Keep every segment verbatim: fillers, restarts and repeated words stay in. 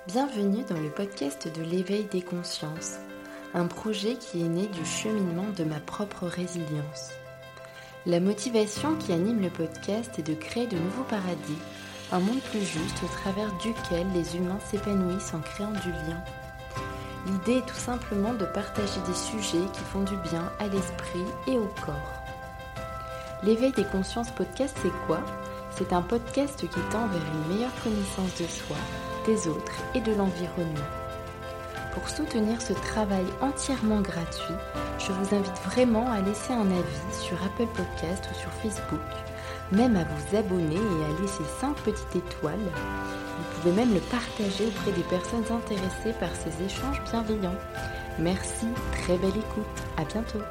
Bienvenue dans le podcast de l'éveil des consciences, un projet qui est né du cheminement de ma propre résilience. La motivation qui anime le podcast est de créer de nouveaux paradis, un monde plus juste au travers duquel les humains s'épanouissent en créant du lien. L'idée est tout simplement de partager des sujets qui font du bien à l'esprit et au corps. L'éveil des consciences podcast, c'est quoi ? C'est un podcast qui tend vers une meilleure connaissance de soi, des autres et de l'environnement. Pour soutenir ce travail entièrement gratuit, je vous invite vraiment à laisser un avis sur Apple Podcast ou sur Facebook, même à vous abonner et à laisser cinq petites étoiles. Vous pouvez même le partager auprès des personnes intéressées par ces échanges bienveillants. Merci, très belle écoute, à bientôt.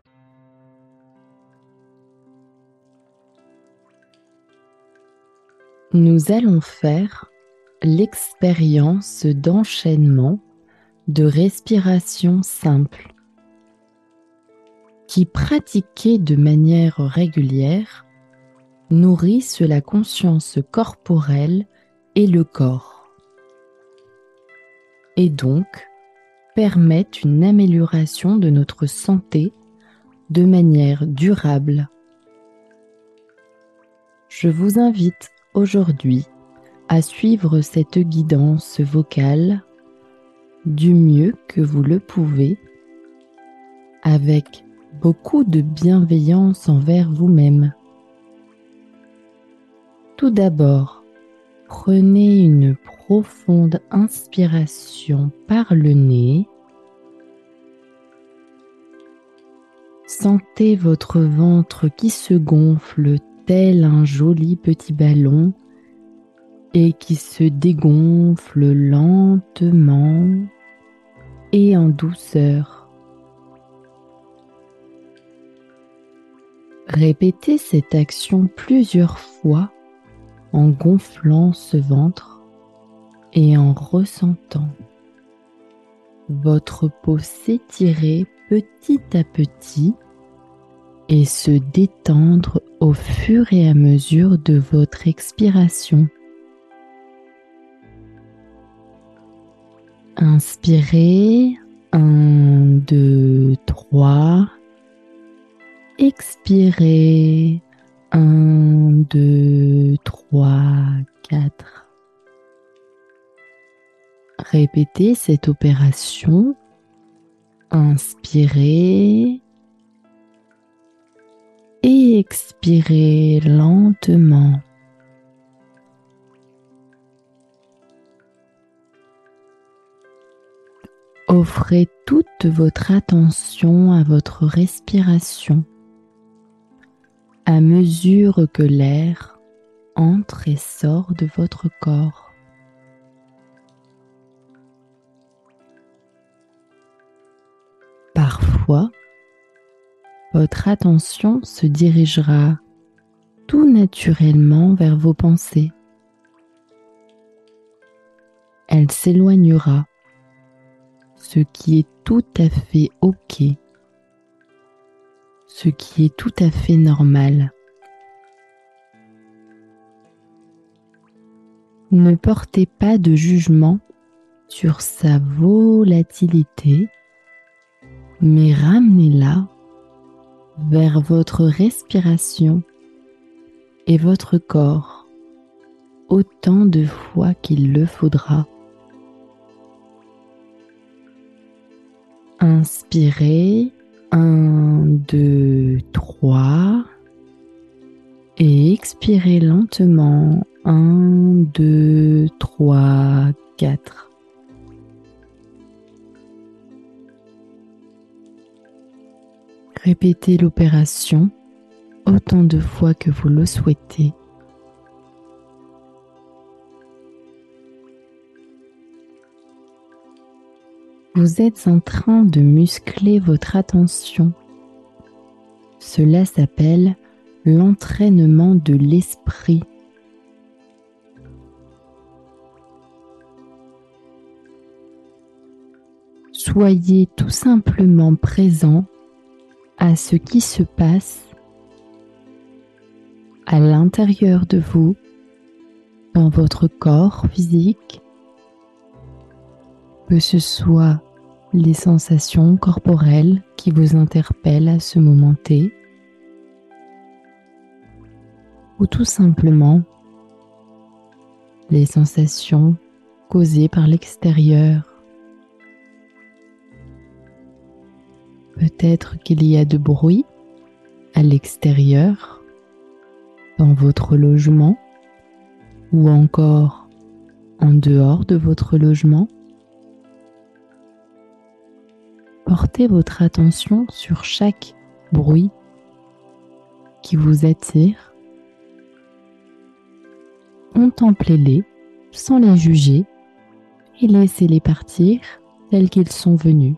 Nous allons faire l'expérience d'enchaînement de respiration simple qui, pratiquée de manière régulière, nourrissent la conscience corporelle et le corps, et donc permettent une amélioration de notre santé de manière durable. Je vous invite aujourd'hui à suivre cette guidance vocale du mieux que vous le pouvez, avec beaucoup de bienveillance envers vous-même. Tout d'abord, prenez une profonde inspiration par le nez. Sentez votre ventre qui se gonfle tel un joli petit ballon et qui se dégonfle lentement et en douceur. Répétez cette action plusieurs fois en gonflant ce ventre et en ressentant votre peau s'étirer petit à petit et se détendre au fur et à mesure de votre expiration. Inspirez, un, deux, trois. Expirez, un, deux, trois, quatre. Répétez cette opération. Inspirez et expirez lentement. Offrez toute votre attention à votre respiration à mesure que l'air entre et sort de votre corps. Parfois, votre attention se dirigera tout naturellement vers vos pensées. Elle s'éloignera, ce qui est tout à fait OK, ce qui est tout à fait normal. Ne portez pas de jugement sur sa volatilité, mais ramenez-la vers votre respiration et votre corps autant de fois qu'il le faudra. Inspirez, un, deux, trois, et expirez lentement, un, deux, trois, quatre. Répétez l'opération autant de fois que vous le souhaitez. Vous êtes en train de muscler votre attention. Cela s'appelle l'entraînement de l'esprit. Soyez tout simplement présent à ce qui se passe à l'intérieur de vous, dans votre corps physique que ce soit les sensations corporelles qui vous interpellent à ce moment T, ou tout simplement les sensations causées par l'extérieur. Peut-être qu'il y a de bruit à l'extérieur, dans votre logement, ou encore en dehors de votre logement. Portez votre attention sur chaque bruit qui vous attire. Contemplez-les sans les juger et laissez-les partir tels qu'ils sont venus.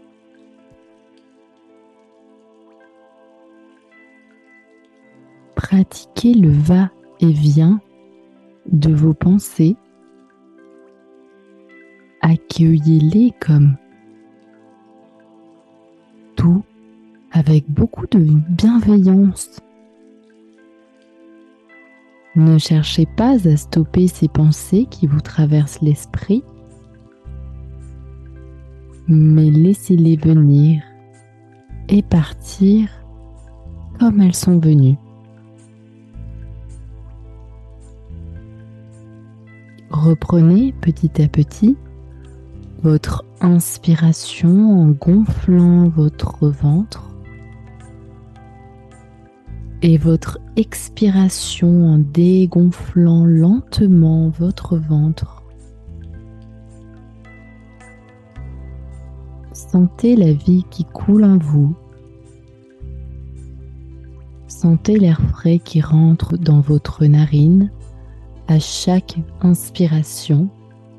Pratiquez le va-et-vient de vos pensées. Accueillez-les comme tout avec beaucoup de bienveillance. Ne cherchez pas à stopper ces pensées qui vous traversent l'esprit, mais laissez-les venir et partir comme elles sont venues. Reprenez petit à petit votre inspiration en gonflant votre ventre et votre expiration en dégonflant lentement votre ventre. Sentez la vie qui coule en vous. Sentez l'air frais qui rentre dans votre narine à chaque inspiration.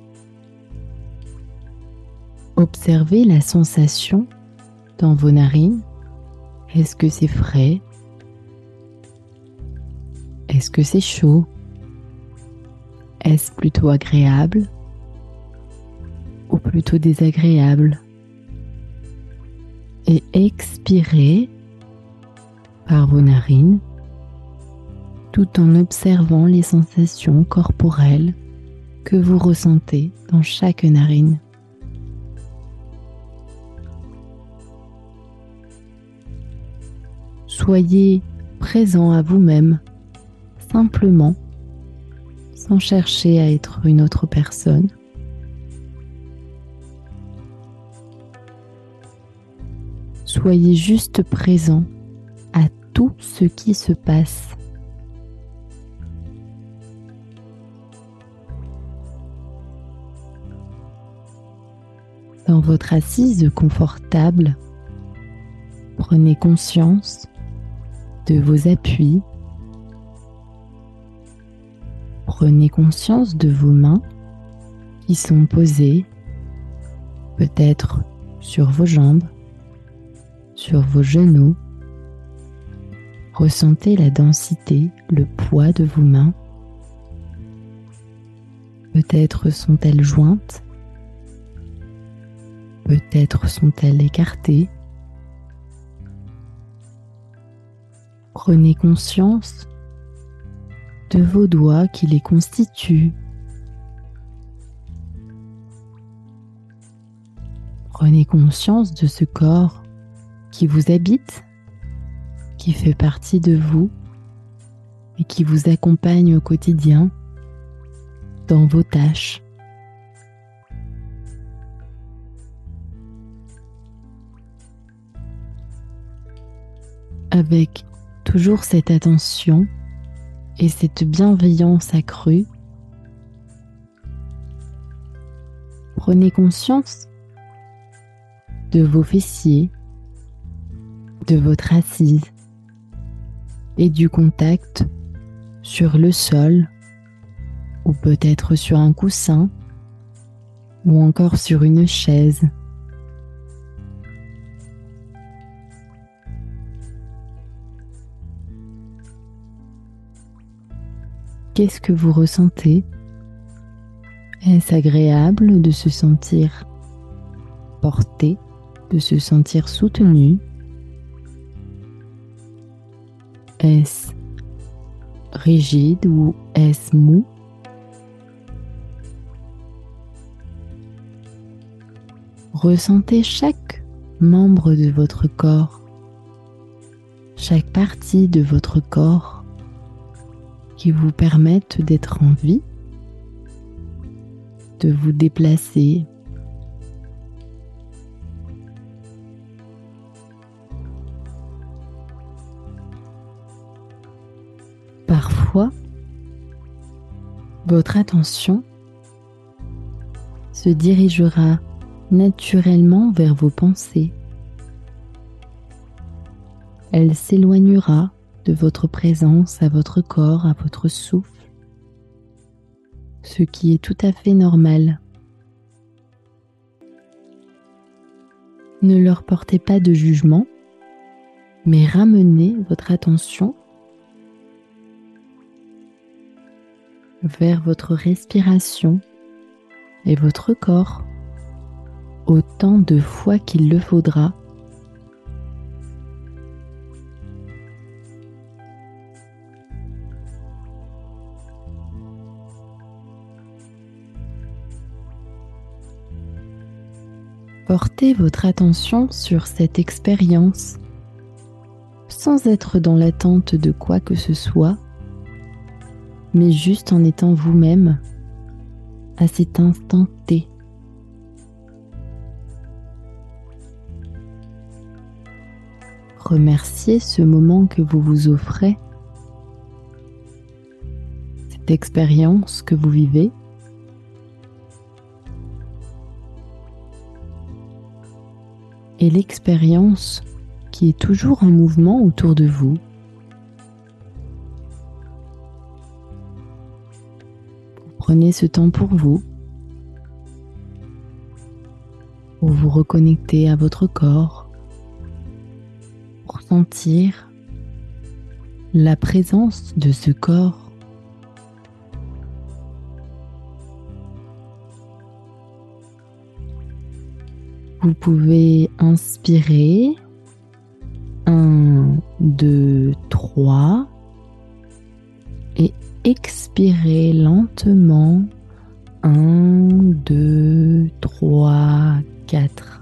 Observez la sensation dans vos narines. Est-ce que c'est frais? Est-ce que c'est chaud? Est-ce plutôt agréable ou plutôt désagréable? Et expirez par vos narines tout en observant les sensations corporelles que vous ressentez dans chaque narine. Soyez présent à vous-même, simplement, sans chercher à être une autre personne. Soyez juste présent à tout ce qui se passe. Dans votre assise confortable, prenez conscience de vos appuis. Prenez conscience de vos mains qui sont posées, peut-être sur vos jambes, sur vos genoux. Ressentez la densité, le poids de vos mains. Peut-être sont-elles jointes, peut-être sont-elles écartées. Prenez conscience de vos doigts qui les constituent. Prenez conscience de ce corps qui vous habite, qui fait partie de vous et qui vous accompagne au quotidien dans vos tâches. Avec toujours cette attention et cette bienveillance accrue, prenez conscience de vos fessiers, de votre assise et du contact sur le sol ou peut-être sur un coussin ou encore sur une chaise. Qu'est-ce que vous ressentez? Est-ce agréable de se sentir porté, de se sentir soutenu? Est-ce rigide ou est-ce mou? Ressentez chaque membre de votre corps, chaque partie de votre corps qui vous permettent d'être en vie, de vous déplacer. Parfois, votre attention se dirigera naturellement vers vos pensées. Elle s'éloignera de votre présence à votre corps, à votre souffle, ce qui est tout à fait normal. Ne leur portez pas de jugement, mais ramenez votre attention vers votre respiration et votre corps autant de fois qu'il le faudra. Portez votre attention sur cette expérience sans être dans l'attente de quoi que ce soit, mais juste en étant vous-même à cet instant T. Remerciez ce moment que vous vous offrez, cette expérience que vous vivez. Et l'expérience qui est toujours en mouvement autour de vous. Vous prenez ce temps pour vous, pour vous reconnecter à votre corps, pour sentir la présence de ce corps. Vous pouvez inspirer, un, deux, trois, et expirer lentement, un, deux, trois, quatre.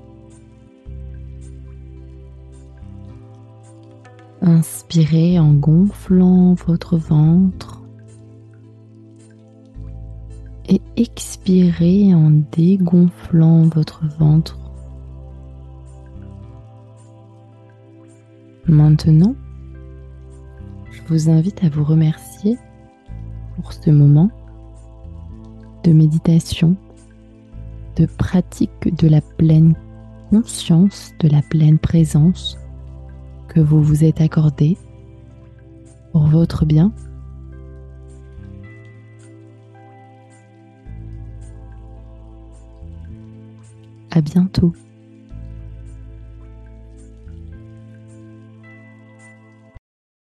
Inspirez en gonflant votre ventre et expirez en dégonflant votre ventre. Maintenant, je vous invite à vous remercier pour ce moment de méditation, de pratique de la pleine conscience, de la pleine présence que vous vous êtes accordé pour votre bien. À bientôt.